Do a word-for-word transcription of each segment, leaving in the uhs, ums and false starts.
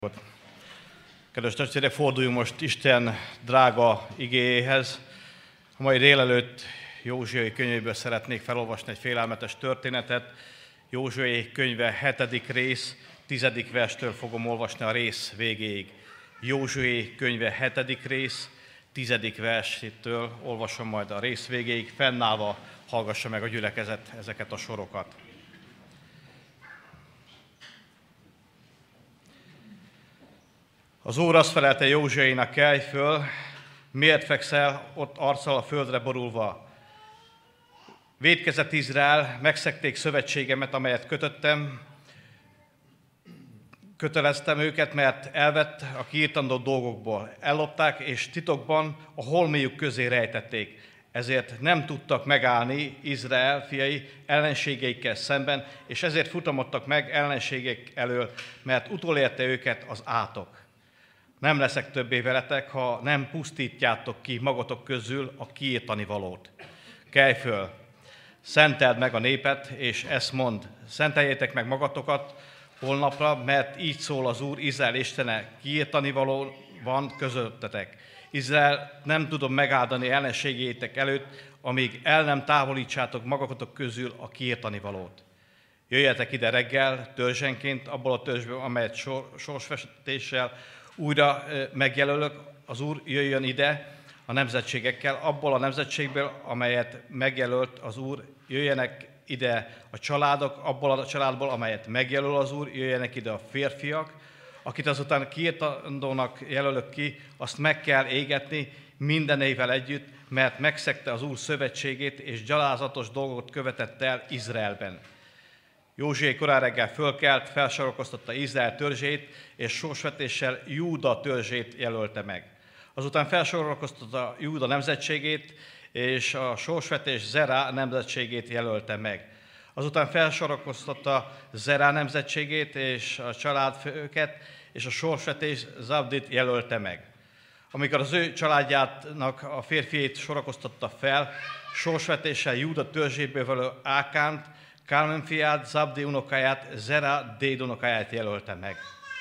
Kedves testvérek, forduljunk most Isten drága igéjéhez. A mai délelőtt Józsué könyvéből szeretnék felolvasni egy félelmetes történetet. Józsué könyve hetedik rész, tizedik verstől fogom olvasni a rész végéig. Józsué könyve hetedik rész, tizedik versétől olvasom majd a rész végéig, fennállva hallgassa meg a gyülekezet ezeket a sorokat. Az Úr azt felelte Józsuénak: kelj föl, miért fekszel ott arccal a földre borulva? Vétkezett Izrael, megszegték szövetségemet, amelyet kötöttem, köteleztem őket, mert elvett a kiirtandó dolgokból. Ellopták, és titokban a holmiuk közé rejtették. Ezért nem tudtak megállni Izrael fiai ellenségeikkel szemben, és ezért futamodtak meg ellenségek elől, mert utolérte őket az átok. Nem leszek többé veletek, ha nem pusztítjátok ki magatok közül a kiirtani valót. Kelj föl, szenteld meg a népet, és ezt mondd: szenteljétek meg magatokat holnapra, mert így szól az Úr, Izrael istene, kiirtani való van közöttetek. Izrael nem tudom megáldani ellenségeitek előtt, amíg el nem távolítsátok magatotok közül a kiirtani valót. Jöjjetek ide reggel, törzsenként, abból a törzsből, amelyet sor, sorsvezetéssel újra megjelölök, az Úr jöjjön ide a nemzetségekkel, abból a nemzetségből, amelyet megjelölt az Úr, jöjjenek ide a családok, abból a családból, amelyet megjelöl az Úr, jöjjenek ide a férfiak, akit azután kiirtandónak jelölök ki, azt meg kell égetni mindenével együtt, mert megszegte az Úr szövetségét, és gyalázatos dolgot követett el Izraelben. Józsué korán reggel fölkelt, felsorakoztatta Izrael törzsét, és sorsvetéssel Júda törzsét jelölte meg. Azután felsorakoztatta Júda nemzetségét, és a sorsvetés Zerá nemzetségét jelölte meg. Azután felsorakoztatta Zerá nemzetségét és a családfőket, és a sorsvetés Zabdit jelölte meg. Amikor az ő családjának a férfiét sorakoztatta fel, sorsvetéssel Júda törzséből való Ákánt, Kálmán fiát, Zabdi unokáját, Zerá déd unokáját jelölte meg.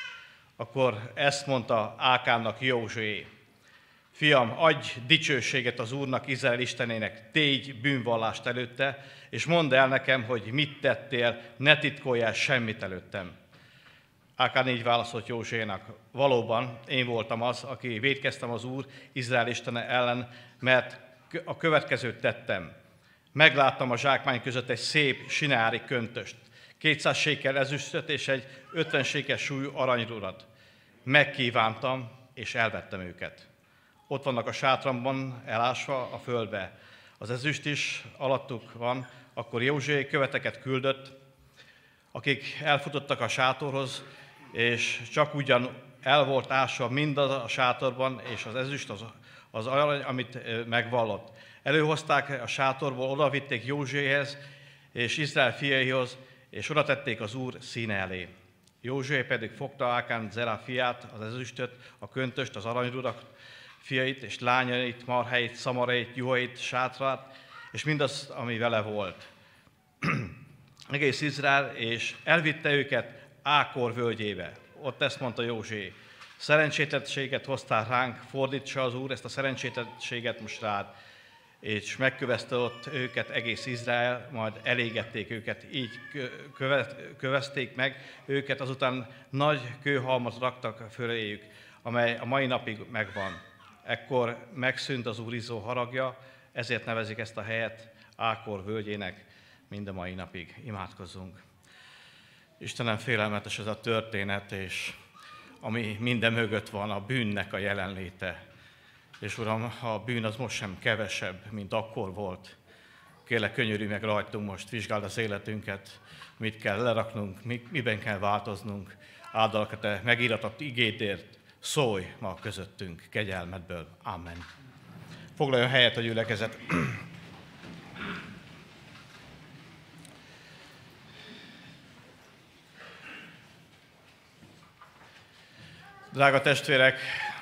Akkor ezt mondta Ákánnak Józsué: fiam, adj dicsőséget az Úrnak, Izrael istenének, tégy bűnvallást előtte, és mondd el nekem, hogy mit tettél, ne titkoljál semmit előttem. Ákán így válaszolt Józsuénak: valóban én voltam az, aki vétkeztem az Úr, Izrael istene ellen, mert a következőt tettem. Megláttam a zsákmány között egy szép sineári köntöst, kétszáz sékel ezüstöt és egy ötven sékel súlyú aranyrudat. Megkívántam, és elvettem őket. Ott vannak a sátramban, elásva a földbe. Az ezüst is alattuk van. Akkor Józsué követeket küldött, akik elfutottak a sátorhoz, és csak ugyan el volt ásva mindaz a sátorban, és az ezüst, az, az arany, amit megvallott. Előhozták a sátorból, odavitték Józsuéhez és Izrael fiaihoz, és oda tették az Úr színe elé. Józsué pedig fogta Ákán Zerá fiát, az ezüstöt, a köntöst, az aranyrudat fiait, és lányait, marháit, szamarait, juhait, sátrát, és mindazt, ami vele volt. Egész Izrael, és elvitte őket Ákor völgyébe. Ott ezt mondta Józsué: szerencsétlenséget hoztál ránk, fordítsa az Úr ezt a szerencsétlenséget most rád. És megkövezte ott őket egész Izrael, majd elégették őket, így kövezték meg őket, azután nagy kőhalmot raktak föléjük, amely a mai napig megvan. Ekkor megszűnt az Úr izzó haragja, ezért nevezik ezt a helyet Ákor völgyének mind a mai napig. Imádkozzunk. Istenem, félelmetes ez a történet, és ami minden mögött van, a bűnnek a jelenléte. És Uram, a bűn az most sem kevesebb, mint akkor volt. Kérlek, könyörülj meg rajtunk most, vizsgáld az életünket, mit kell leraknunk, miben kell változnunk. Áldalak a Te megíratott igédért, szólj ma közöttünk kegyelmedből. Amen. Foglaljon helyet a gyülekezet. Drága testvérek,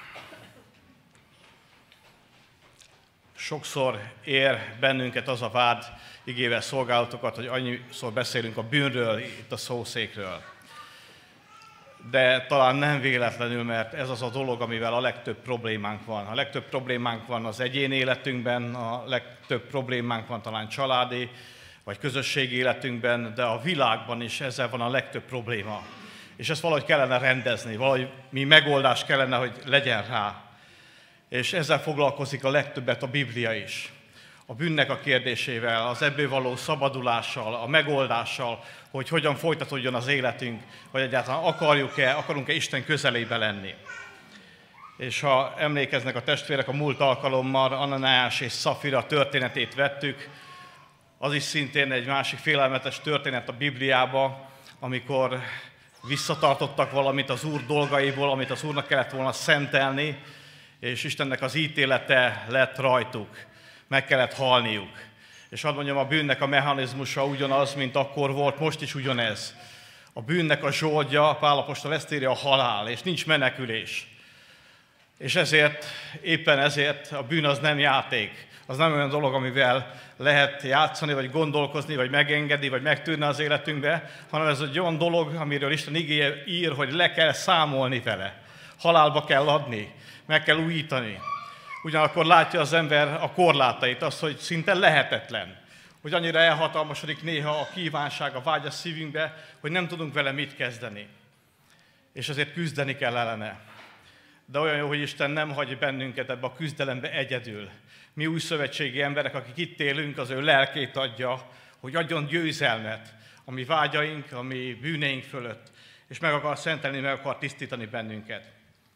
sokszor ér bennünket az a vád, igével szolgálatokat, hogy annyiszor beszélünk a bűnről, itt a szószékről. de talán nem véletlenül, mert ez az a dolog, amivel a legtöbb problémánk van. A legtöbb problémánk van az egyéni életünkben, a legtöbb problémánk van talán családi vagy közösségi életünkben, de a világban is ezzel van a legtöbb probléma. És ezt valahogy kellene rendezni, valahogy mi megoldás kellene, hogy legyen rá. És ezzel foglalkozik a legtöbbet a Biblia is. A bűnnek a kérdésével, az ebből való szabadulással, a megoldással, hogy hogyan folytatódjon az életünk, vagy egyáltalán akarjuk-e, akarunk-e Isten közelébe lenni. És ha emlékeznek a testvérek, a múlt alkalommal Ananiás és Szafira történetét vettük, az is szintén egy másik félelmetes történet a Bibliába, amikor visszatartottak valamit az Úr dolgaiból, amit az Úrnak kellett volna szentelni, és Istennek az ítélete lett rajtuk. Meg kellett halniuk. És hadd mondjam, a bűnnek a mechanizmusa ugyanaz, mint akkor volt, most is ugyanez. A bűnnek a zsoldja, Pál apostol ezt írja, a halál, és nincs menekülés. És ezért, éppen ezért a bűn az nem játék. Az nem olyan dolog, amivel lehet játszani, vagy gondolkozni, vagy megengedni, vagy megtűrni az életünkbe, hanem ez egy olyan dolog, amiről Isten igéje ír, hogy le kell számolni vele. Halálba kell adni, meg kell újítani. Ugyanakkor látja az ember a korlátait, azt, hogy szinte lehetetlen, hogy annyira elhatalmasodik néha a kívánság, a vágy a szívünkbe, hogy nem tudunk vele mit kezdeni. És ezért küzdeni kell ellene. De olyan jó, hogy Isten nem hagy bennünket ebbe a küzdelembe egyedül. Mi új szövetségi emberek, akik itt élünk, az ő lelkét adja, hogy adjon győzelmet a mi vágyaink, a mi bűneink fölött, és meg akar szentelni, meg akar tisztítani bennünket.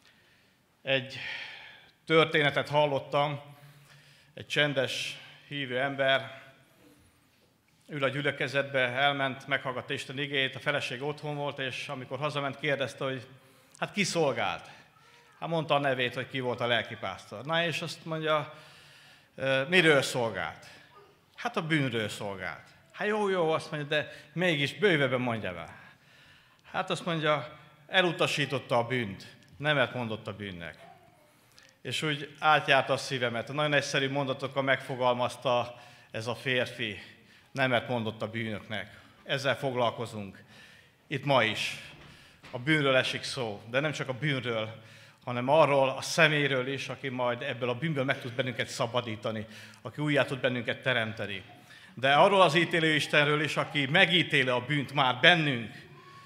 Egy történetet hallottam, egy csendes, hívő ember ül a gyülekezetbe, elment, meghallgatta Isten igéjét, a feleség otthon volt, és amikor hazament, kérdezte, hogy hát ki szolgált? Hát mondta a nevét, hogy ki volt a lelkipásztor. Na és azt mondja, miről szolgált? Hát a bűnről szolgált. Hát jó, jó, azt mondja, de mégis bővebben mondja el. Hát azt mondja, elutasította a bűnt, nemet mondott a bűnnek. És úgy átjárt a szívemet. Nagyon egyszerű mondatokkal megfogalmazta ez a férfi, nemet mondott a bűnöknek. Ezzel foglalkozunk. Itt ma is. A bűnről esik szó, de nem csak a bűnről, hanem arról a személyről is, aki majd ebből a bűnből meg tud bennünket szabadítani, aki újjá tud bennünket teremteni. De arról az ítélő Istenről is, aki megítéli a bűnt már bennünk,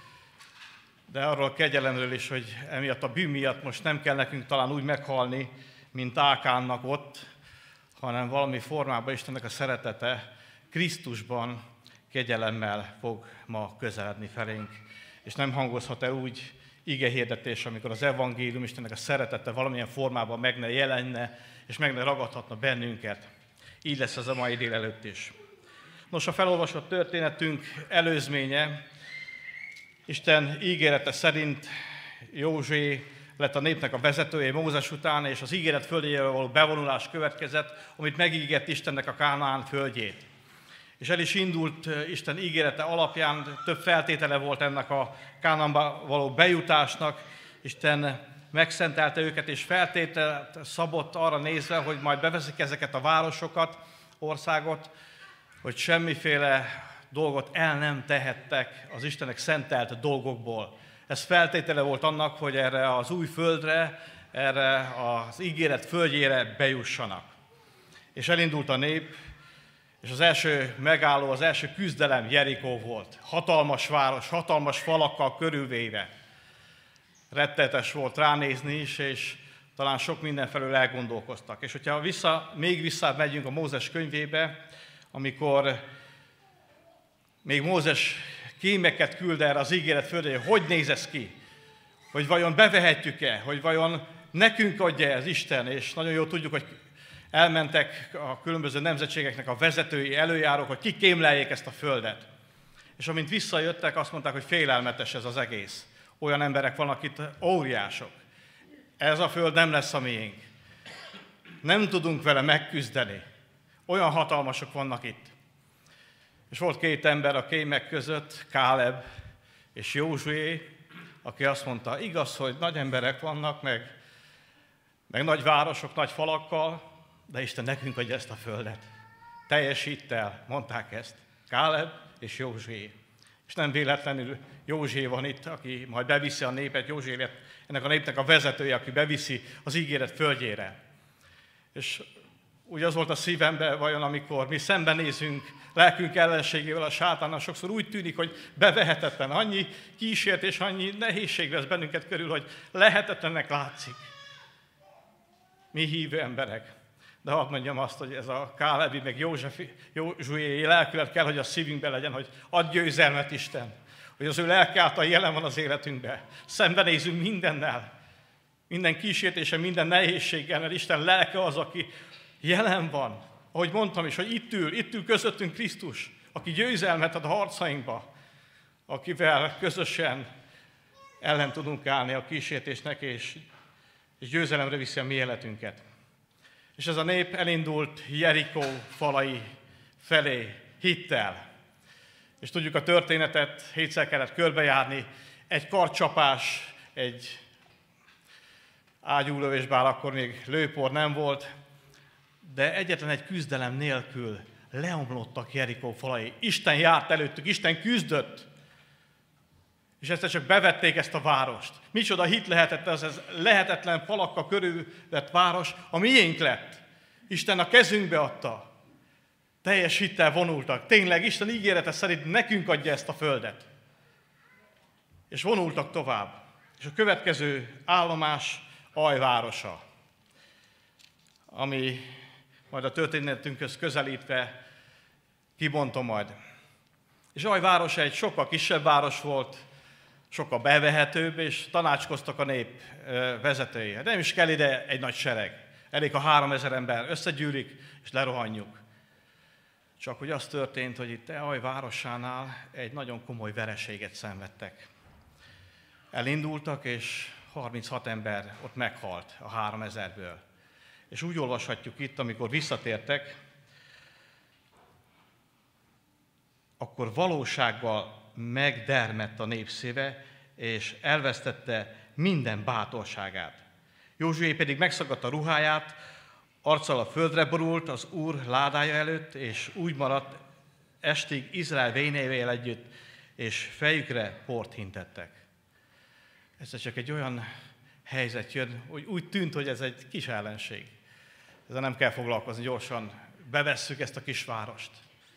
de arról a kegyelemről is, hogy emiatt a bűn miatt most nem kell nekünk talán úgy meghalni, mint Ákánnak ott, hanem valami formában Istennek a szeretete Krisztusban kegyelemmel fog ma közeledni felénk. És nem hangozhat el úgy igehirdetés, amikor az evangélium, Istennek a szeretete valamilyen formában meg ne jelenne, és meg ne ragadhatna bennünket. Így lesz ez a mai délelőtt is. Nos, a felolvasott történetünk előzménye, Isten ígérete szerint Józsué lett a népnek a vezetője Mózes után, és az ígéret földjére való bevonulás következett, amit megígért Istennek a Kánaán földjét. És el is indult Isten ígérete alapján, több feltétele volt ennek a Kánaánba való bejutásnak. Isten megszentelte őket, és feltételt szabott arra nézve, hogy majd beveszik ezeket a városokat, országot, hogy semmiféle dolgot el nem tehettek az Istennek szentelt dolgokból. Ez feltétele volt annak, hogy erre az új földre, erre az ígéret földjére bejussanak. És elindult a nép, és az első megálló, az első küzdelem Jerikó volt. Hatalmas város, hatalmas falakkal körülvéve. Rettenetes volt ránézni is, és talán sok mindenfelől elgondolkoztak. És hogyha vissza, még visszább megyünk a Mózes könyvébe, amikor még Mózes kémeket küld erre az ígéret földre, hogy hogy néz ez ki? Hogy vajon bevehetjük-e? Hogy vajon nekünk adja ez Isten? És nagyon jól tudjuk, hogy elmentek a különböző nemzetségeknek a vezetői, előjárók, hogy kikémleljék ezt a földet. És amint visszajöttek, azt mondták, hogy félelmetes ez az egész. Olyan emberek vannak itt, óriások. Ez a föld nem lesz a miénk. Nem tudunk vele megküzdeni. Olyan hatalmasok vannak itt. És volt két ember a kémek között, Káleb és Józsué, aki azt mondta, igaz, hogy nagy emberek vannak, meg, meg nagy városok, nagy falakkal, de Isten nekünk adja ezt a földet. Teljes hittel mondták ezt, Káleb és Józsué. És nem véletlenül József van itt, aki majd beviszi a népet, József ennek a népnek a vezetője, aki beviszi az ígéret földjére. És úgy az volt a szívemben, vajon amikor mi szembenézünk lelkünk ellenségével, a sátánnal, sokszor úgy tűnik, hogy bevehetetlen. Annyi kísértés, annyi nehézség vesz bennünket körül, hogy lehetetlennek látszik. Mi hívő emberek. De hadd mondjam azt, hogy ez a Kálebi, meg Józsué lelkület kell, hogy a szívünkben legyen, hogy adj győzelmet Isten. Hogy az ő lelke által jelen van az életünkben. Szembenézünk mindennel. Minden kísértésen, minden nehézséggel, mert Isten lelke az, aki jelen van. Ahogy mondtam is, hogy itt ül, itt ül közöttünk Krisztus, aki győzelmet ad a harcainkba, akivel közösen ellen tudunk állni a kísértésnek, és, és győzelemre viszi a mi életünket. És ez a nép elindult Jerikó falai felé hittel. És tudjuk a történetet, hétszer kellett körbejárni, egy karcsapás, egy ágyúlövés, bár akkor még lőpor nem volt, de egyetlen egy küzdelem nélkül leomlottak Jerikó falai. Isten járt előttük, Isten küzdött, és egyszer csak bevették ezt a várost. Micsoda hit lehetett ez, ez lehetetlen falakkal körülvett város, a miénk lett. Isten a kezünkbe adta. Teljes hittel vonultak. Tényleg Isten ígérete szerint nekünk adja ezt a földet. És vonultak tovább. És a következő állomás Aj városa, ami majd a történetünkhöz közelítve kibontom majd. És Aj városa egy sokkal kisebb város volt, sokkal bevehetőbb, és tanácskoztak a nép vezetői. Nem is kell ide egy nagy sereg. Elég, ha háromezer ember összegyűlik, és lerohanjuk. Csak hogy az történt, hogy itt Aj városánál egy nagyon komoly vereséget szenvedtek. Elindultak, és harminchat ember ott meghalt a háromezerből. És úgy olvashatjuk itt, amikor visszatértek, akkor valósággal megdermedt a nép szíve, és elvesztette minden bátorságát. Józsué pedig megszagadt a ruháját, arccal a földre borult az Úr ládája előtt, és úgy maradt estig Izrael vénével együtt, és fejükre port hintettek. Ez csak egy olyan helyzet jön, hogy úgy tűnt, hogy ez egy kis ellenség. Ezzel nem kell foglalkozni, gyorsan bevesszük ezt a kis várost.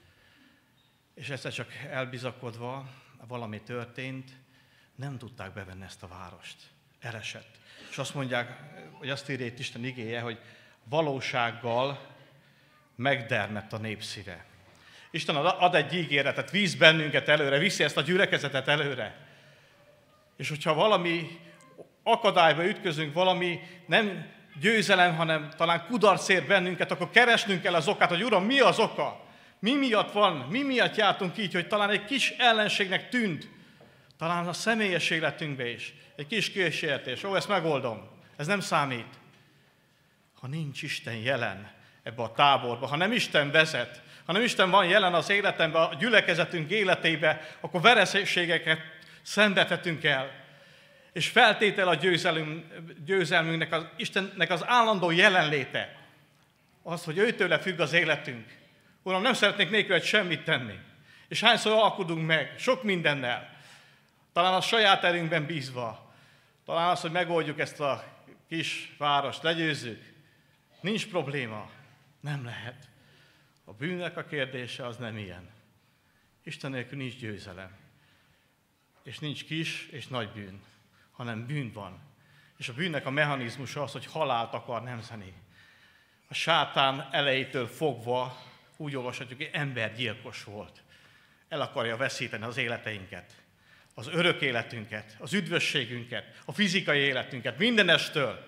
És egyszer csak elbizakodva valami történt, nem tudták bevenni ezt a várost. Elesett. És azt mondják, hogy azt írja itt Isten igéje, hogy valósággal megdermedt a nép szíve. Isten ad egy ígéretet, víz bennünket előre, viszi ezt a gyülekezetet előre. És hogyha valami akadályba ütközünk, valami nem győzelem, hanem talán kudarc ér bennünket, akkor keresnünk kell az okát, hogy Uram, mi az oka? Mi miatt van? Mi miatt jártunk így, hogy talán egy kis ellenségnek tűnt, talán a személyes életünkbe is, egy kis kísértés. Ó, ezt megoldom. Ez nem számít. Ha nincs Isten jelen ebbe a táborba, ha nem Isten vezet, ha nem Isten van jelen az életemben, a gyülekezetünk életébe, akkor vereségeket szenvedhetünk el. És feltétel a győzelm, győzelmünknek, az, Istennek az állandó jelenléte. Az, hogy őtőle függ az életünk. Uram, nem szeretnék nélkül semmit tenni. És hányszor alkudunk meg, sok mindennel. Talán a saját erőnkben bízva. Talán az, hogy megoldjuk ezt a kis várost, legyőzzük. Nincs probléma. Nem lehet. A bűnnek a kérdése az nem ilyen. Isten nélkül nincs győzelem. És nincs kis és nagy bűn, hanem bűn van. És a bűnnek a mechanizmusa az, hogy halált akar nemzeni. A sátán elejétől fogva úgy olvashatjuk, hogy embergyilkos volt. El akarja veszíteni az életeinket, az örök életünket, az üdvösségünket, a fizikai életünket, mindenestől.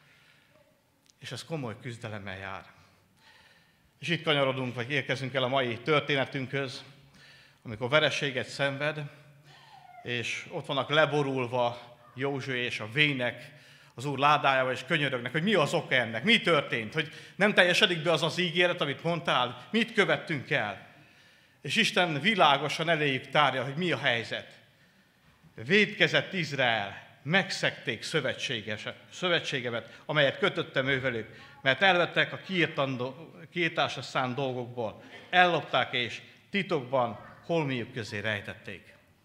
És ez komoly küzdelemmel jár. És itt kanyarodunk, vagy érkezünk el a mai történetünkhöz, amikor vereséget szenved, és ott vannak leborulva Józsué és a vének az Úr ládájával, és könyörögnek, hogy mi az oka ennek, mi történt, hogy nem teljesedik be az az ígéret, amit mondtál, mit követtünk el. És Isten világosan eléjük tárja, hogy mi a helyzet. Vétkezett Izrael, megszegték szövetségemet, amelyet kötöttem ővelük, mert elvettek a kiirtásra szánt dolgokból, ellopták és titokban holmiuk közé rejtették.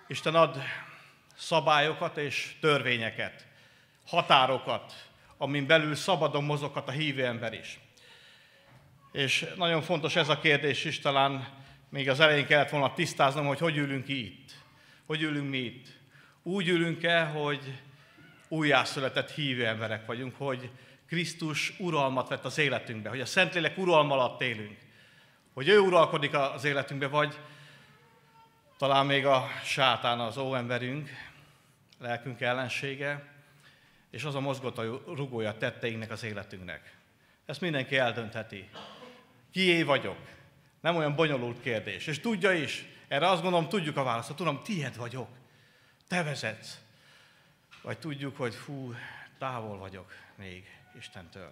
Isten ad szabályokat és törvényeket, határokat, amin belül szabadon mozoghat a hívő ember is. És nagyon fontos ez a kérdés is, talán még az elején kellett volna tisztáznom, hogy hogy ülünk itt. Hogy ülünk mi itt? Úgy ülünk-e, hogy újjászületett hívő emberek vagyunk, hogy Krisztus uralmat vett az életünkbe, hogy a Szentlélek uralma alatt élünk, hogy ő uralkodik az életünkbe, vagy talán még a sátán az óemberünk, lelkünk ellensége, és az a mozgató rugója a tetteinknek az életünknek. Ezt mindenki eldöntheti. Kié vagyok? Nem olyan bonyolult kérdés. És tudja is, erre azt gondolom, tudjuk a választ. Tudom, tiéd vagyok. Te vezetsz. Vagy tudjuk, hogy fú, távol vagyok még Istentől.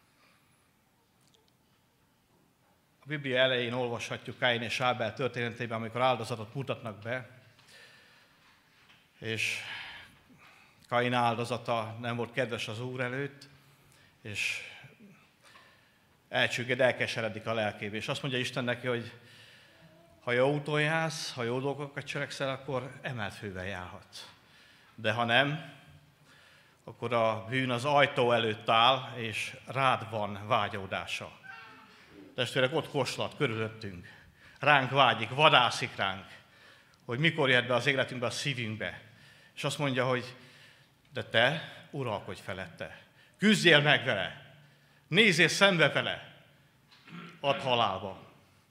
A Biblia elején olvashatjuk Káin és Ábel történetében, amikor áldozatot mutatnak be, és Káin áldozata nem volt kedves az Úr előtt, és elcsügged, elkeseredik a lelkébe, és azt mondja Isten neki, hogy ha jó úton jársz, ha jó dolgokat cselekszel, akkor emelt fővel járhatsz. De ha nem, akkor a bűn az ajtó előtt áll, és rád van vágyódása. Testvérek, ott koslat körülöttünk. Ránk vágyik, vadászik ránk, hogy mikor jött be az életünkbe, a szívünkbe. És azt mondja, hogy de te uralkodj felette. Küzdjél meg vele. Nézzél szembe vele. Add halálba.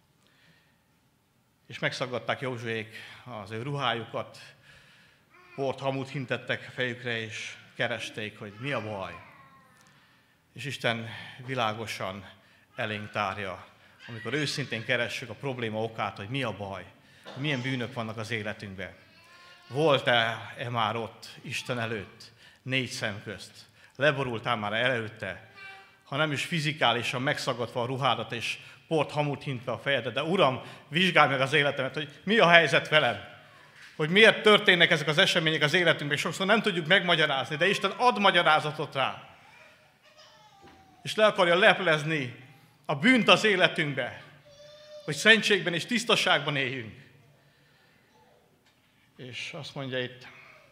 És megszaggatták Józsuék az ő ruhájukat, port, hamut hintettek fejükre, és keresték, hogy mi a baj. És Isten világosan elénk tárja, amikor őszintén keressük a probléma okát, hogy mi a baj, hogy milyen bűnök vannak az életünkben. Volt-e e már ott Isten előtt, négy szem közt? Leborultál már előtte? Ha nem is fizikálisan megszaggatva a ruhádat, és port, hamut hintve a fejedet, de Uram, vizsgálj meg az életemet, hogy mi a helyzet velem, hogy miért történnek ezek az események az életünkben, és sokszor nem tudjuk megmagyarázni, de Isten ad magyarázatot rá. És le akarja leplezni a bűnt az életünkbe, hogy szentségben és tisztaságban éljünk. És azt mondja itt,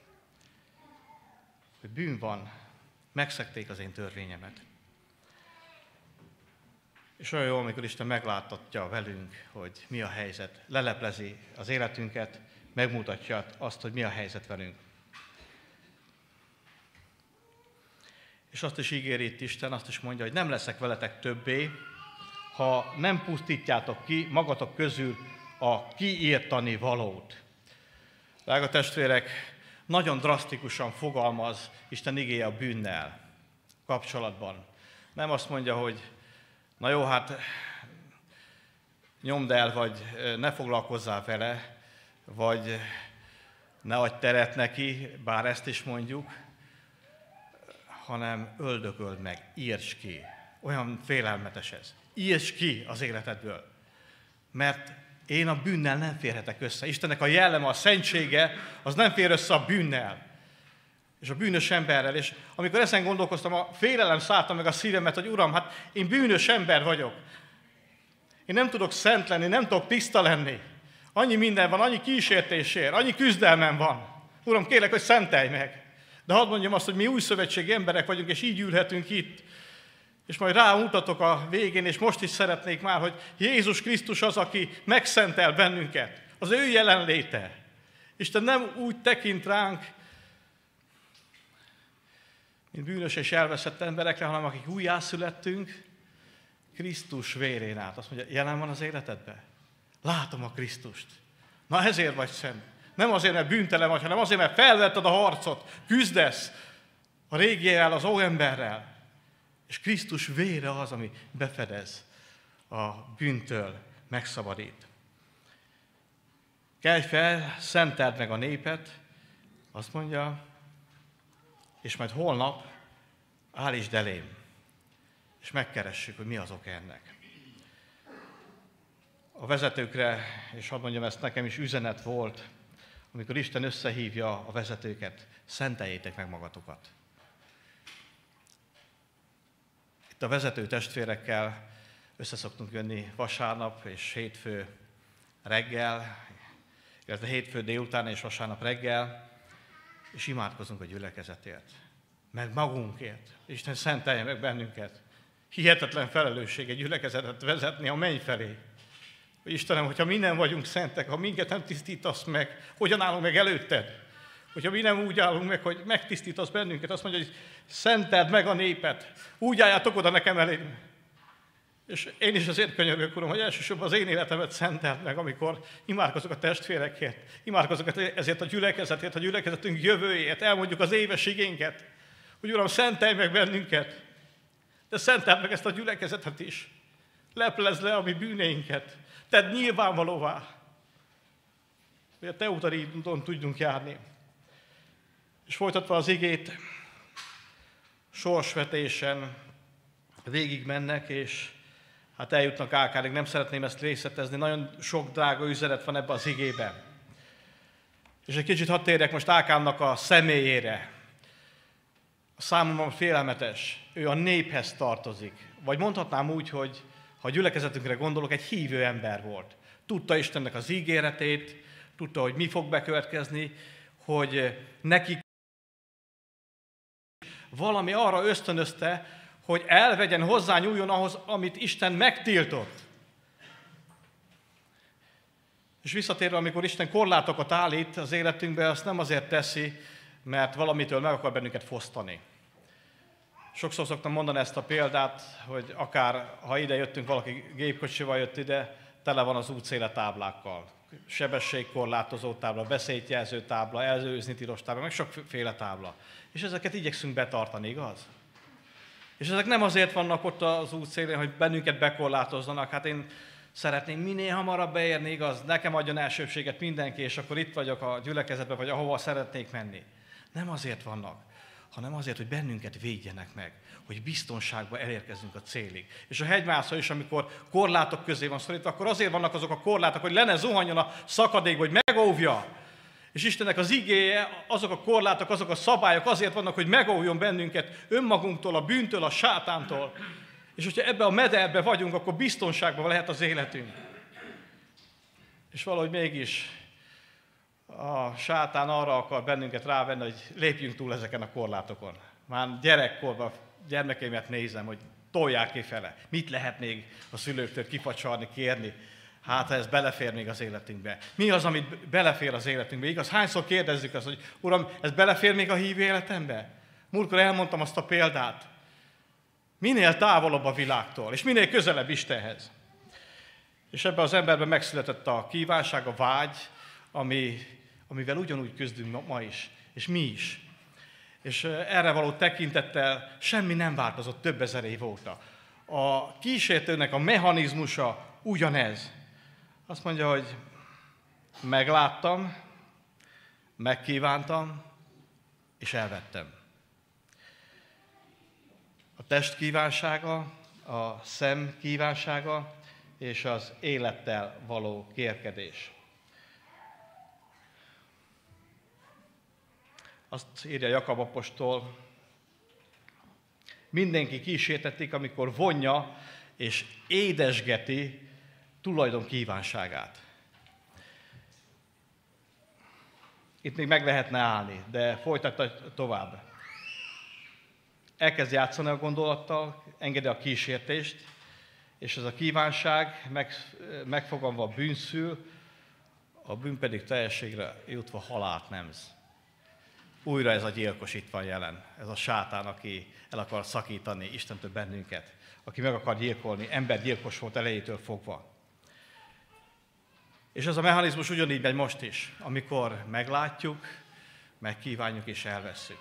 hogy bűn van, megszegték az én törvényemet. És olyan jó, amikor Isten megláttatja velünk, hogy mi a helyzet, leleplezi az életünket, megmutatja azt, hogy mi a helyzet velünk. És azt is ígéri itt Isten, azt is mondja, hogy nem leszek veletek többé, ha nem pusztítjátok ki magatok közül a kiírtani valót. Drága testvérek, nagyon drasztikusan fogalmaz Isten igéje a bűnnel kapcsolatban. Nem azt mondja, hogy na jó, hát nyomd el, vagy ne foglalkozzál vele, vagy ne adj teret neki, bár ezt is mondjuk, hanem öldököld meg, írts ki. Olyan félelmetes ez. Írts ki az életedből, mert én a bűnnel nem férhetek össze. Istennek a jelleme, a szentsége, az nem fér össze a bűnnel, és a bűnös emberrel. És amikor ezen gondolkoztam, a félelem szállta meg a szívemet, hogy Uram, hát én bűnös ember vagyok. Én nem tudok szent lenni, nem tudok tiszta lenni. Annyi minden van, annyi kísértésért, annyi küzdelmem van. Uram, kérlek, hogy szentelj meg. De hadd mondjam azt, hogy mi új szövetségi emberek vagyunk, és így ülhetünk itt. És majd rámutatok a végén, és most is szeretnék már, hogy Jézus Krisztus az, aki megszentel bennünket. Az ő jelenléte. Isten nem úgy tekint ránk, mint bűnös és elveszett emberekre, hanem akik újjászülettünk, Krisztus vérén át. Azt mondja, jelen van az életedben? Látom a Krisztust. Na ezért vagy szent. Nem azért, mert bűntelen vagy, hanem azért, mert felvetted a harcot, küzdesz a régiel, az óemberrel. És Krisztus vére az, ami befedez a bűntől, megszabadít. Kelj fel, szenteld meg a népet, azt mondja, és majd holnap állítsd elém, és megkeressük, hogy mi az ok ennek. A vezetőkre, és hadd mondjam, ezt nekem is üzenet volt, amikor Isten összehívja a vezetőket, szenteljétek meg magatokat. Itt a vezető testvérekkel összeszoktunk jönni vasárnap és hétfő reggel, illetve hétfő délután és vasárnap reggel, és imádkozunk a gyülekezetért, meg magunkért. Isten szentelje meg bennünket. Hihetetlen felelősség egy gyülekezetet vezetni a menny felé. Hogy Istenem, hogyha mi nem vagyunk szentek, ha minket nem tisztítasz meg, hogyan állunk meg előtted? Hogyha mi nem úgy állunk meg, hogy megtisztítasz bennünket, azt mondja, hogy szenteld meg a népet, úgy álljátok oda nekem elé. És én is azért könyörgök, Uram, hogy elsősorban az én életemet szenteld meg, amikor imádkozok a testvérekért, imádkozok ezért a gyülekezetért, a gyülekezetünk jövőjét, elmondjuk az éves igénket, hogy Uram, szentelj meg bennünket, de szenteld meg ezt a gyülekezetet is. Leplezd le a mi bűneinket, tedd nyilvánvalóvá, hogy a te utaidon tudjunk járni. És folytatva az igét, sorsvetésen végig mennek, és hát eljutnak Ákánig. Nem szeretném ezt részletezni, nagyon sok drága üzenet van ebben az igében. És egy kicsit hadd térjek most Ákánnak a személyére. A számomra félelmetes, ő a néphez tartozik. Vagy mondhatnám úgy, hogy ha a gyülekezetünkre gondolok, egy hívő ember volt. Tudta Istennek az ígéretét, tudta, hogy mi fog bekövetkezni, hogy neki valami arra ösztönözte, hogy elvegyen, hozzányúljon ahhoz, amit Isten megtiltott. És visszatérve, amikor Isten korlátokat állít az életünkbe, azt nem azért teszi, mert valamitől meg akar bennünket fosztani. Sokszor szoktam mondani ezt a példát, hogy akár, ha ide jöttünk, valaki gépkocsival jött ide, tele van az útszéle táblákkal. Sebességkorlátozó tábla, beszédjelző tábla, előzni tilos tábla, meg sokféle tábla. És ezeket igyekszünk betartani, igaz? És ezek nem azért vannak ott az útszélén, hogy bennünket bekorlátozzanak. Hát én szeretném minél hamarabb beérni, igaz? Nekem adjon elsőbséget mindenki, és akkor itt vagyok a gyülekezetben, vagy ahova szeretnék menni. Nem azért vannak, hanem azért, hogy bennünket védjenek meg, hogy biztonságban elérkezzünk a célig. És a hegymászó is, amikor korlátok közé van szorítva, akkor azért vannak azok a korlátok, hogy le ne zuhanjon a szakadékba, hogy megóvja. És Istennek az igéje, azok a korlátok, azok a szabályok azért vannak, hogy megóvjon bennünket önmagunktól, a bűntől, a sátántól. És hogyha ebbe a mederbe vagyunk, akkor biztonságban lehet az életünk. És valahogy mégis a sátán arra akar bennünket rávenni, hogy lépjünk túl ezeken a korlátokon. Már gyerekkorban gyermekeimet nézem, hogy tolják kifele. Mit lehet még a szülőktől kifacsarni, kérni? Hát, ha ez belefér még az életünkbe. Mi az, amit belefér az életünkbe? Igaz, hányszor kérdezzük azt, hogy Uram, ez belefér még a hívő életembe? Múltkor elmondtam azt a példát. Minél távolabb a világtól, és minél közelebb Istenhez. És ebben az emberben megszületett a kívánság, a vágy, ami, amivel ugyanúgy küzdünk ma is, és mi is. És erre való tekintettel semmi nem változott több ezer év óta. A kísértőnek a mechanizmusa ugyanez. Azt mondja, hogy megláttam, megkívántam, és elvettem. A test kívánsága, a szem kívánsága, és az élettel való kérkedés. Azt írja Jakab apostol, mindenki kísértetik, amikor vonja és édesgeti tulajdon kívánságát. Itt még meg lehetne állni, de folytatja tovább. Elkezd játszani a gondolattal, engedi a kísértést, és ez a kívánság meg, megfogalmazva bűnszül, a bűn pedig teljességre jutva halált nemz. Újra ez a gyilkos itt van jelen, ez a sátán, aki el akar szakítani Istentől bennünket, aki meg akar gyilkolni, embergyilkos volt elejétől fogva. És ez a mechanizmus ugyanígy megy most is, amikor meglátjuk, megkívánjuk és elvesszük.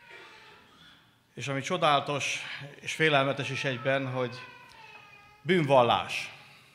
És ami csodálatos és félelmetes is egyben, hogy bűnvallás.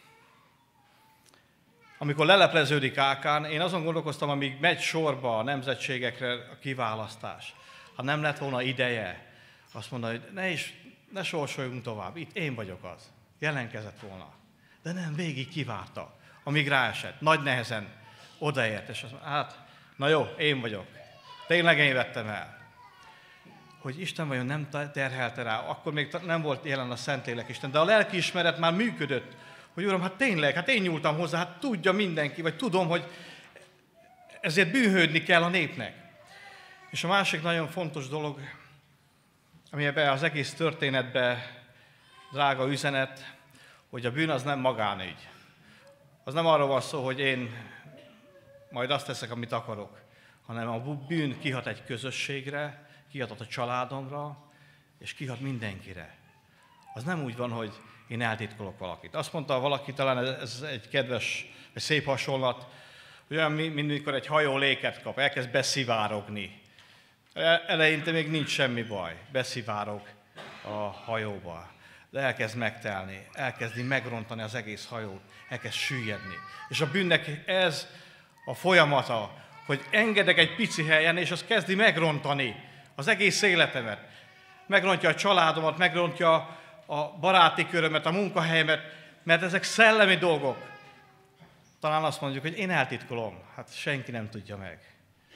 Amikor lelepleződik Ákán, én azon gondolkoztam, amíg megy sorba a nemzetségekre a kiválasztás. Ha nem lett volna ideje, azt mondta, hogy ne is, ne sorsoljunk tovább, itt én vagyok az. Jelenkezett volna. De nem, végig kivárta, amíg ráesett. Nagy nehezen odaért, és azt mondta, hát, na jó, én vagyok. Tényleg én vettem el. Hogy Isten vajon nem terhelte rá, akkor még nem volt jelen a Szentlélek Isten, de a lelkiismeret már működött, hogy Uram, hát tényleg, hát én nyúltam hozzá, hát tudja mindenki, vagy tudom, hogy ezért bűnhődni kell a népnek. És a másik nagyon fontos dolog, ami ebben az egész történetben drága üzenet, hogy a bűn az nem magánügy. Az nem arról van szó, hogy én majd azt teszek, amit akarok, hanem a bűn kihat egy közösségre, kihat a családomra, és kihat mindenkire. Az nem úgy van, hogy én eltitkolok valakit. Azt mondta valaki, talán ez egy kedves, egy szép hasonlat, hogy olyan, mint mikor egy hajó léket kap, elkezd beszivárogni. Eleinte még nincs semmi baj, beszivárog a hajóba, de elkezd megtelni, elkezdi megrontani az egész hajót, elkezd süllyedni. És a bűnnek ez a folyamata, hogy engedek egy pici helyen, és az kezdi megrontani az egész életemet. Megrontja a családomat, megrontja a baráti körömet, a munkahelyemet, mert ezek szellemi dolgok. Talán azt mondjuk, hogy én eltitkolom, hát senki nem tudja meg.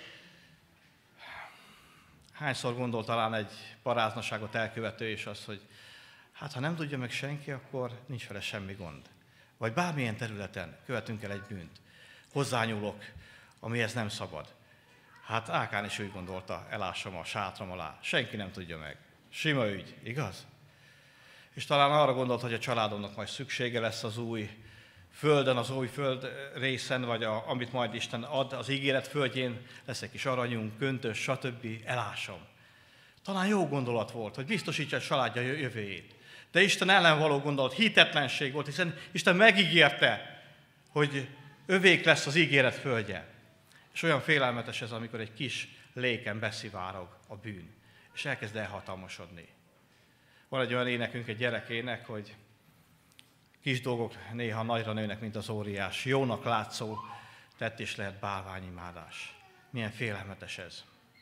Hányszor gondol talán egy paráznaságot elkövető, és az, hogy hát ha nem tudja meg senki, akkor nincs vele semmi gond. Vagy bármilyen területen követünk el egy bűnt. Hozzányúlok, amihez nem szabad. Hát Ákán is úgy gondolta, elássam a sátram alá. Senki nem tudja meg. Sima ügy, igaz? És talán arra gondolt, hogy a családomnak majd szüksége lesz az új földön, az új föld részen, vagy a, amit majd Isten ad, az ígéret földjén, lesz egy kis aranyunk, köntös, stb. Elásom. Talán jó gondolat volt, hogy biztosítsa a családja jövőjét. De Isten ellen való gondolat hitetlenség volt, hiszen Isten megígérte, hogy övék lesz az ígéret földje. És olyan félelmetes ez, amikor egy kis léken beszivárog a bűn, és elkezd elhatalmasodni. Van egy olyan énekünk, egy gyerekének, hogy kis dolgok néha nagyra nőnek, mint az óriás. Jónak látszó tett is lehet bálványimádás. Milyen félelmetes ez.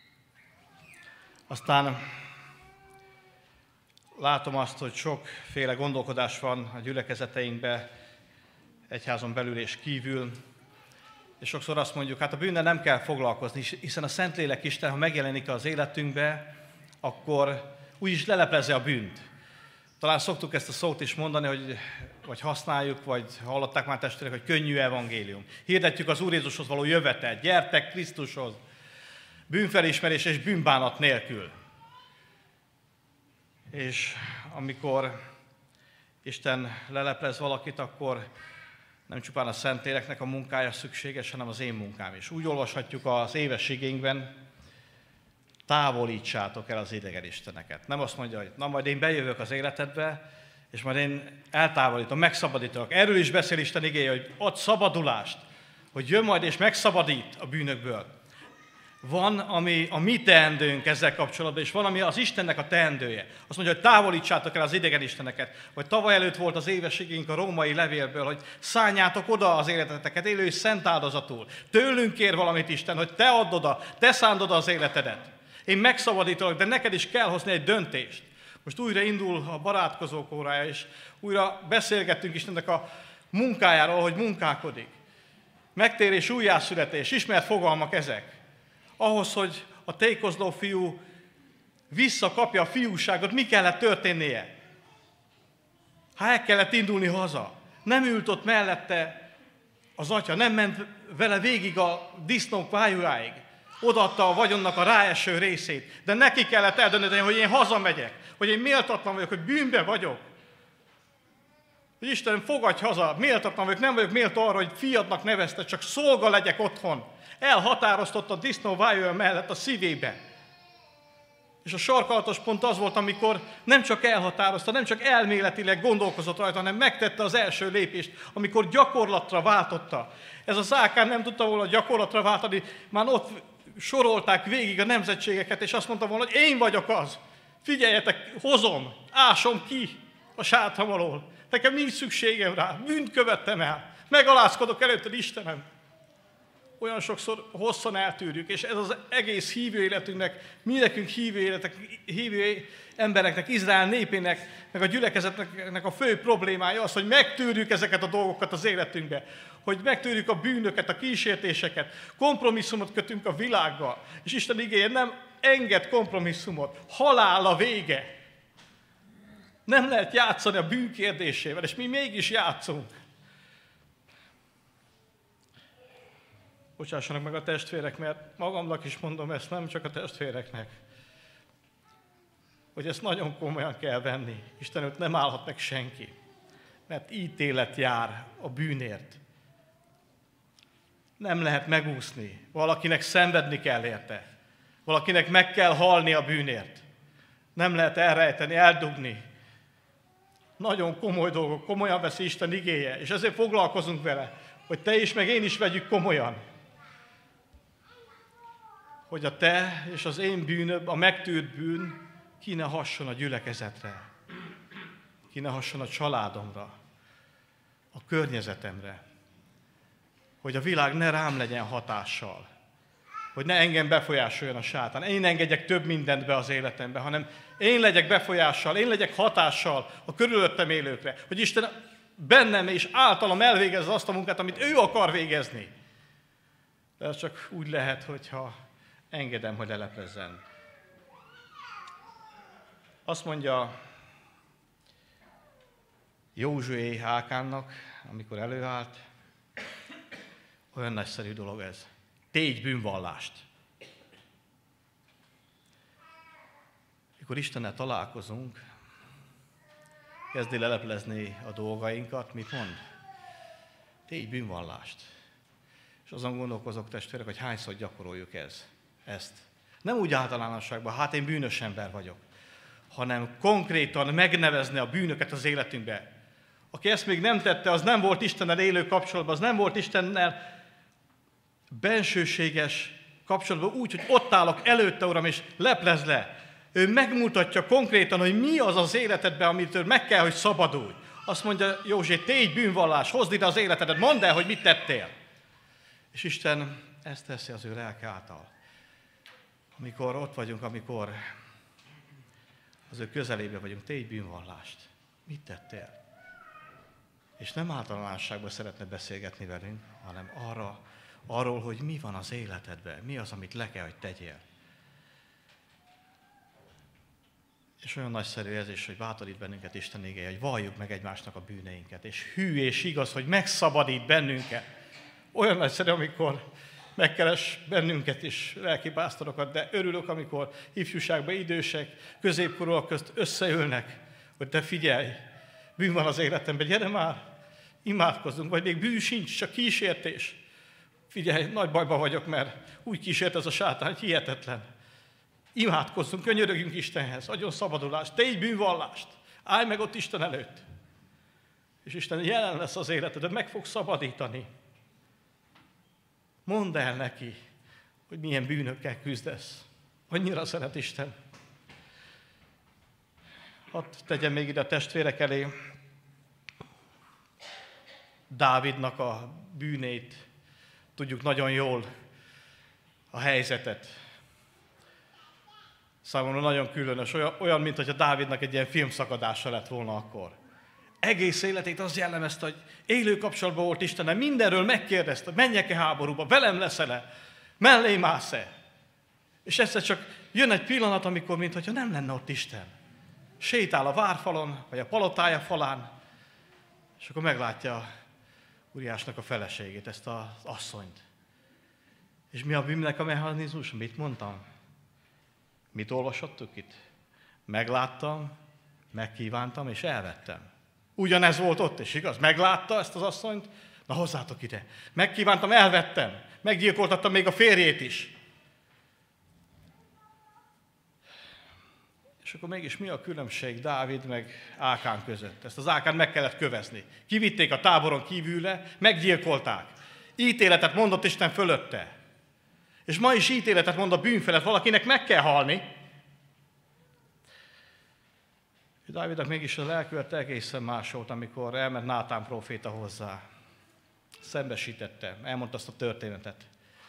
Aztán látom azt, hogy sokféle gondolkodás van a gyülekezeteinkben, egyházon belül és kívül, és sokszor azt mondjuk, hát a bűnnel nem kell foglalkozni, hiszen a Szentlélek Isten, ha megjelenik az életünkbe, akkor úgyis leleplezi a bűnt. Talán szoktuk ezt a szót is mondani, hogy, vagy használjuk, vagy hallották már testvérek, hogy könnyű evangélium. Hirdetjük az Úr Jézushoz való jövetet, gyertek Krisztushoz, bűnfelismerés és bűnbánat nélkül. És amikor Isten leleplez valakit, akkor nem csupán a Szentléleknek a munkája szükséges, hanem az én munkám is. Úgy olvashatjuk az éves igénkben, távolítsátok el az idegen isteneket. Nem azt mondja, hogy na majd én bejövök az életedbe, és majd én eltávolítom, megszabadítok. Erről is beszél Isten igéje, hogy ad szabadulást, hogy jön majd és megszabadít a bűnökből. Van, ami a mi teendőnk ezzel kapcsolatban, és van, ami az Istennek a teendője. Azt mondja, hogy távolítsátok el az idegen isteneket. Vagy tavaly előtt volt az éves igénk a római levélből, hogy szálljátok oda az életeteket élő és szent áldozatul. Tőlünk kér valamit Isten, hogy te add oda, te szánd oda az életedet. Én megszabadítalak, de neked is kell hozni egy döntést. Most újra indul a barátkozók órája, és újra beszélgettünk Istennek a munkájáról, hogy munkálkodik. Megtérés, újjászületés, ismert fogalmak ezek. Ahhoz, hogy a tékozló fiú visszakapja a fiúságot, mi kellett történnie? Ha el kellett indulni haza, nem ült ott mellette az atya, nem ment vele végig a disznók vájujáig, odaadta a vagyonnak a ráeső részét, de neki kellett eldönteni, hogy én hazamegyek, hogy én méltatlan vagyok, hogy bűnben vagyok. Hogy Isten, fogadj haza, méltatlan vagyok, nem vagyok méltó arra, hogy fiadnak nevezted, csak szolga legyek otthon. Elhatároztott a disznó vájúja mellett a szívébe. És a sarkalatos pont az volt, amikor nem csak elhatározta, nem csak elméletileg gondolkozott rajta, hanem megtette az első lépést, amikor gyakorlatra váltotta. Ez az Ákán nem tudta volna gyakorlatra váltani, már ott sorolták végig a nemzetségeket, és azt mondta volna, hogy én vagyok az. Figyeljetek, hozom, ásom ki a sátram alól. Nekem nincs szükségem rá, bűnt követtem el, megalázkodok előtted, Istenem. Olyan sokszor hosszan eltűrjük, és ez az egész hívő életünknek, mi nekünk hívő életek, hívő embereknek, Izrael népének, meg a gyülekezetnek a fő problémája az, hogy megtűrjük ezeket a dolgokat az életünkbe, hogy megtűrjük a bűnöket, a kísértéseket, kompromisszumot kötünk a világgal, és Isten igéje nem enged kompromisszumot, halál a vége. Nem lehet játszani a bűn kérdésével, és mi mégis játszunk. Bocsássanak meg a testvérek, mert magamnak is mondom ezt, nem csak a testvéreknek, hogy ezt nagyon komolyan kell venni. Isten előtt nem állhat meg senki, mert ítélet jár a bűnért. Nem lehet megúszni, valakinek szenvedni kell érte, valakinek meg kell halni a bűnért. Nem lehet elrejteni, eldugni. Nagyon komoly dolgok, komolyan veszi Isten igéje, és ezért foglalkozunk vele, hogy te is, meg én is vegyük komolyan. Hogy a te és az én bűnöm, a megtűrt bűn ki ne hasson a gyülekezetre, ki ne hasson a családomra, a környezetemre, hogy a világ ne rám legyen hatással, hogy ne engem befolyásoljon a sátán, én engedjek több mindent be az életembe, hanem én legyek befolyással, én legyek hatással a körülöttem élőkre, hogy Isten bennem és általam elvégezze azt a munkát, amit ő akar végezni. De ez csak úgy lehet, hogyha engedem, hogy leleplezzen. Azt mondja Józsué Ákánnak, amikor előállt, olyan nagyszerű dolog ez. Tégy bűnvallást. Mikor Istennel találkozunk, kezdi leleplezni a dolgainkat, mit mond? Tégy bűnvallást. És azon gondolkozok, testvérek, hogy hányszor gyakoroljuk ez, ezt. Nem úgy általánosságban, hát én bűnös ember vagyok, hanem konkrétan megnevezni a bűnöket az életünkbe. Aki ezt még nem tette, az nem volt Istennel élő kapcsolatban, az nem volt Istennel bensőséges kapcsolatban úgy, hogy ott állok előtte, Uram, és leplez le. Ő megmutatja konkrétan, hogy mi az az életedben, amitől meg kell, hogy szabadulj. Azt mondja József, tégy bűnvallás, hozd ide az életedet, mondd el, hogy mit tettél. És Isten ezt teszi az ő lelke által. Amikor ott vagyunk, amikor az ő közelében vagyunk, tégy bűnvallást. Mit tettél? És nem általánosságban szeretne beszélgetni velünk, hanem arra, arról, hogy mi van az életedben, mi az, amit le kell, hogy tegyél. És olyan nagyszerű ez is, hogy bátorít bennünket Isten igéje, hogy valljuk meg egymásnak a bűneinket, és hű és igaz, hogy megszabadít bennünket. Olyan nagyszerű, amikor megkeres bennünket is, lelkipásztorokat, de örülök, amikor ifjúságban idősek, középkorúak közt összeülnek, hogy te figyelj, bűn van az életemben, gyere már, imádkozzunk, vagy még bűn sincs, csak kísértés. Figyelj, nagy bajban vagyok, mert úgy kísért ez a sátán, hogy hihetetlen. Imádkozzunk, könyörögjünk Istenhez, adjon szabadulást, tégy bűnvallást, állj meg ott Isten előtt. És Isten jelen lesz az életedben, meg fog szabadítani. Mondd el neki, hogy milyen bűnökkel küzdesz. Annyira szeret Isten. Hadd tegyem még ide a testvérek elé Dávidnak a bűnét. Tudjuk nagyon jól a helyzetet. Számomra nagyon különös, olyan, olyan mint hogyha Dávidnak egy ilyen filmszakadása lett volna akkor. Egész életét az jellemezte, hogy élő kapcsolatban volt Istennel, mindenről megkérdezte, menjek-e háborúba, velem leszel-e, mellém állsz-e. És egyszer csak jön egy pillanat, amikor mintha nem lenne ott Isten. Sétál a várfalon, vagy a palotája falán, és akkor meglátja Uriásnak a feleségét, ezt az asszonyt. És mi a bűnnek a mechanizmus? Mit mondtam? Mit olvashattuk itt? Megláttam, megkívántam és elvettem. Ugyanez volt ott is, igaz? Meglátta ezt az asszonyt? Na hozzátok ide. Megkívántam, elvettem. Meggyilkoltattam még a férjét is. És akkor mégis mi a különbség Dávid meg Ákán között? Ezt az Ákán meg kellett kövezni. Kivitték a táboron kívülre, meggyilkolták. Ítéletet mondott Isten fölötte. És ma is ítéletet mond a bűn felett, valakinek meg kell halni. Dávidnak mégis a lelkület egészen más volt, amikor elment Nátán próféta hozzá. Szembesítette, elmondta azt a történetet.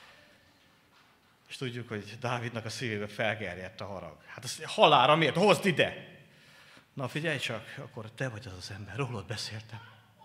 És tudjuk, hogy Dávidnak a szívébe felgerjedt a harag. Hát az halálra miért? Hozd ide! Na figyelj csak, akkor te vagy az az ember, rólad beszéltem.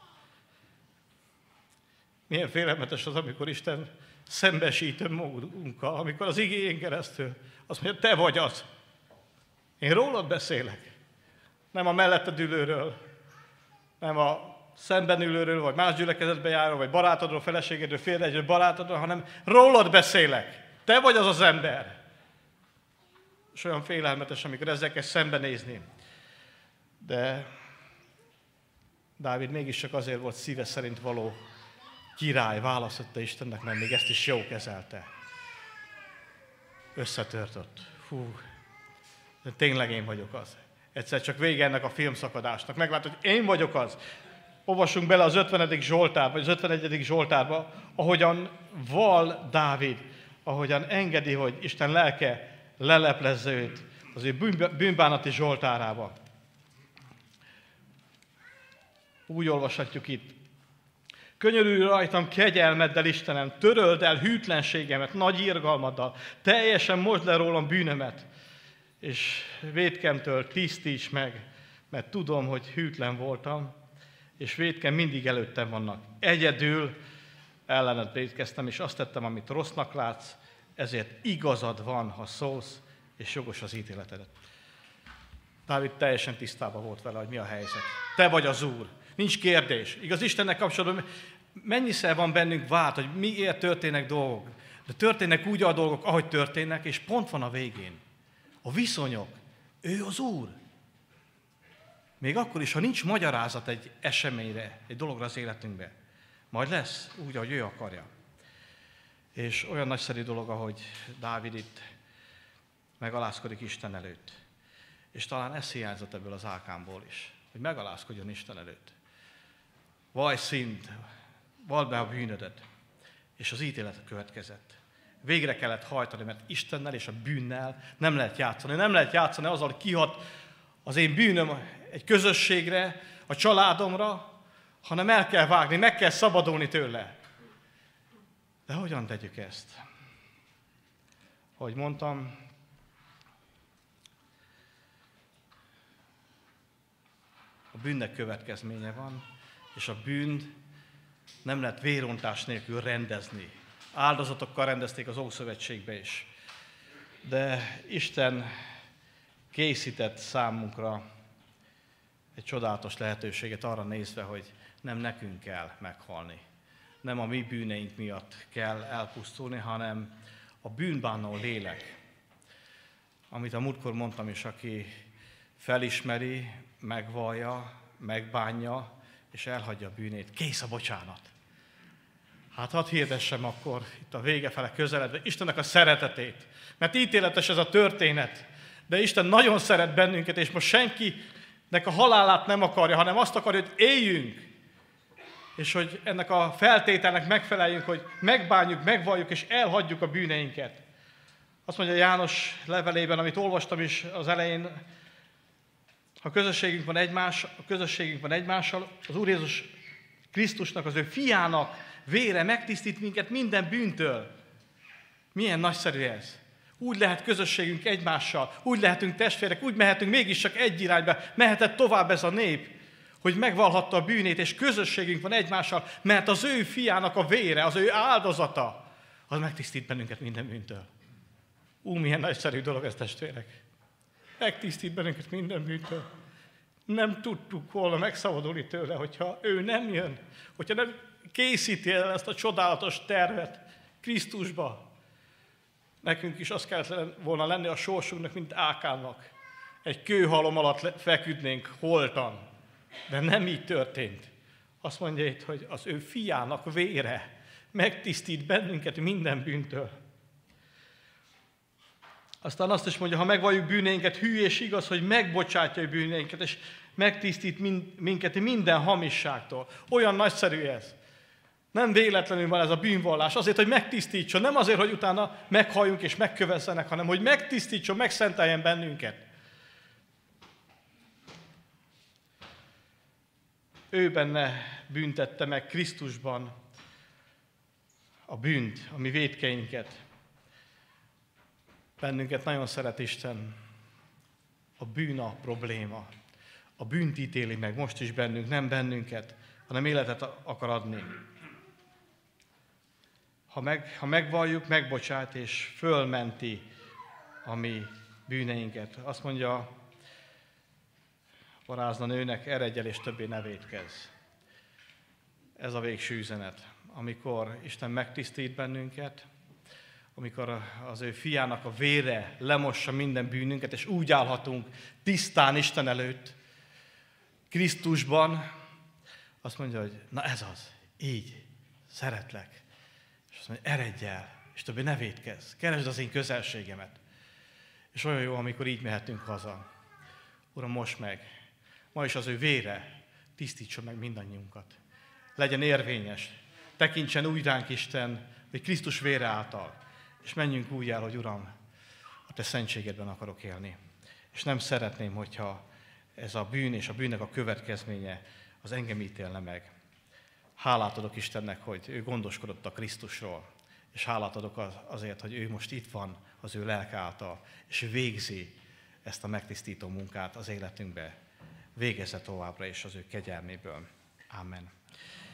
Milyen félelmetes az, amikor Isten szembesít önmagunkkal, amikor az igéjén keresztül azt mondja, te vagy az. Én rólad beszélek. Nem a melletted ülőről, nem a szembenülőről, vagy más gyülekezetbe járó, vagy barátodról, feleségedről, félreegyről, barátodról, hanem rólad beszélek. Te vagy az az ember. És olyan félelmetes, amikor ezzel kell szembenézni. De Dávid mégiscsak azért volt szíve szerint való király, választotta Istennek, mert még ezt is jó kezelte. Összetört ott. Hú, de tényleg én vagyok az. Egyszer csak vége ennek a filmszakadásnak. Meglátod, hogy én vagyok az. Olvassunk bele az ötvenedik Zsoltárba, vagy az ötvenegyedik Zsoltárba, ahogyan val Dávid, ahogyan engedi, hogy Isten lelke leleplezze őt az ő bűnbánati Zsoltárába. Úgy olvashatjuk itt. Könyörülj rajtam kegyelmeddel, Istenem, töröld el hűtlenségemet nagy irgalmaddal, teljesen mosd le rólam bűnömet, és vétkemtől tisztíts meg, mert tudom, hogy hűtlen voltam, és vétkem mindig előttem vannak. Egyedül ellened vétkeztem, és azt tettem, amit rossznak látsz, ezért igazad van, ha szólsz, és jogos az ítéletedet. Dávid teljesen tisztában volt vele, hogy mi a helyzet. Te vagy az Úr. Nincs kérdés. Igaz, Istennek kapcsolatban mennyiszer van bennünk vált, hogy miért történnek dolgok. De történnek úgy a dolgok, ahogy történnek, és pont van a végén. A viszonyok. Ő az Úr. Még akkor is, ha nincs magyarázat egy eseményre, egy dologra az életünkben. Majd lesz úgy, ahogy ő akarja. És olyan nagyszerű dolog, ahogy Dávid itt megalázkodik Isten előtt. És talán ez hiányzott ebből az ákámból is, hogy megalázkodjon Isten előtt. Vaj szint, vald be a bűnödet, és az ítélet következett. Végre kellett hajtani, mert Istennel és a bűnnel nem lehet játszani. Nem lehet játszani azzal, hogy kihat az én bűnöm egy közösségre, a családomra, hanem el kell vágni, meg kell szabadulni tőle. De hogyan tegyük ezt? Ahogy mondtam, a bűnnek következménye van, és a bűnt nem lehet vérontás nélkül rendezni. Áldozatokkal rendezték az Ószövetségbe is. De Isten készített számunkra egy csodálatos lehetőséget arra nézve, hogy nem nekünk kell meghalni. Nem a mi bűneink miatt kell elpusztulni, hanem a bűnbánó lélek, amit a múltkor mondtam is, aki felismeri, megvallja, megbánja, és elhagyja a bűnét. Kész a bocsánat. Hát hadd hirdessem akkor, itt a vége fele közeledve, Istennek a szeretetét. Mert ítéletes ez a történet, de Isten nagyon szeret bennünket, és most senkinek a halálát nem akarja, hanem azt akarja, hogy éljünk. És hogy ennek a feltételnek megfeleljünk, hogy megbánjuk, megvalljuk, és elhagyjuk a bűneinket. Azt mondja János levelében, amit olvastam is az elején, ha közösségünk van egymás, a közösségünk van egymással, az Úr Jézus Krisztusnak, az ő fiának vére megtisztít minket minden bűntől. Milyen nagyszerű ez. Úgy lehet közösségünk egymással, úgy lehetünk testvérek, úgy mehetünk mégis csak egy irányba, mehetett tovább ez a nép, hogy megvallhatta a bűnét, és közösségünk van egymással, mert az ő fiának a vére, az ő áldozata, az megtisztít bennünket minden bűntől. Ú, milyen nagyszerű dolog ez, testvérek. Megtisztít bennünket minden bűntől. Nem tudtuk volna megszabadulni tőle, hogyha ő nem jön, hogyha nem készíti el ezt a csodálatos tervet Krisztusba. Nekünk is az kellett volna lenni a sorsunknak, mint Ákánnak. Egy kőhalom alatt feküdnénk holtan, de nem így történt. Azt mondja itt, hogy az ő fiának vére megtisztít bennünket minden bűntől. Aztán azt is mondja, ha megvalljuk bűneinket, hű és igaz, hogy megbocsátja a bűneinket, és megtisztít minket minden hamisságtól. Olyan nagyszerű ez. Nem véletlenül van ez a bűnvallás, azért, hogy megtisztítson, nem azért, hogy utána meghalljunk és megkövesszenek, hanem hogy megtisztítson, megszenteljen bennünket. Ő benne büntette meg Krisztusban a bűnt, a mi vétkeinket. Bennünket nagyon szeret Isten. A bűn a probléma. A bűnt ítéli meg most is bennünk, nem bennünket, hanem életet akar adni. Ha, meg, ha megvalljuk, megbocsát és fölmenti a mi bűneinket. Azt mondja varázsna nőnek, eredj el és többé ne vétkezz. ez a végső üzenet, amikor Isten megtisztít bennünket, amikor az ő fiának a vére lemossa minden bűnünket, és úgy állhatunk tisztán Isten előtt, Krisztusban, azt mondja, hogy na ez az, így, szeretlek. És azt mondja, eredj el, és többé ne vétkezz, keresd az én közelségemet. És olyan jó, amikor így mehetünk haza. Uram, most meg, ma is az ő vére tisztítson meg mindannyiunkat. Legyen érvényes, tekintsen úgy ránk Isten, hogy Krisztus vére által, és menjünk úgy el, hogy Uram, a te szentségedben akarok élni. És nem szeretném, hogyha ez a bűn és a bűnnek a következménye az engem ítélne meg. Hálát adok Istennek, hogy ő gondoskodott a Krisztusról, és hálát adok azért, hogy ő most itt van az ő lelke által, és végzi ezt a megtisztító munkát az életünkbe. Végezze továbbra is az ő kegyelméből. Amen.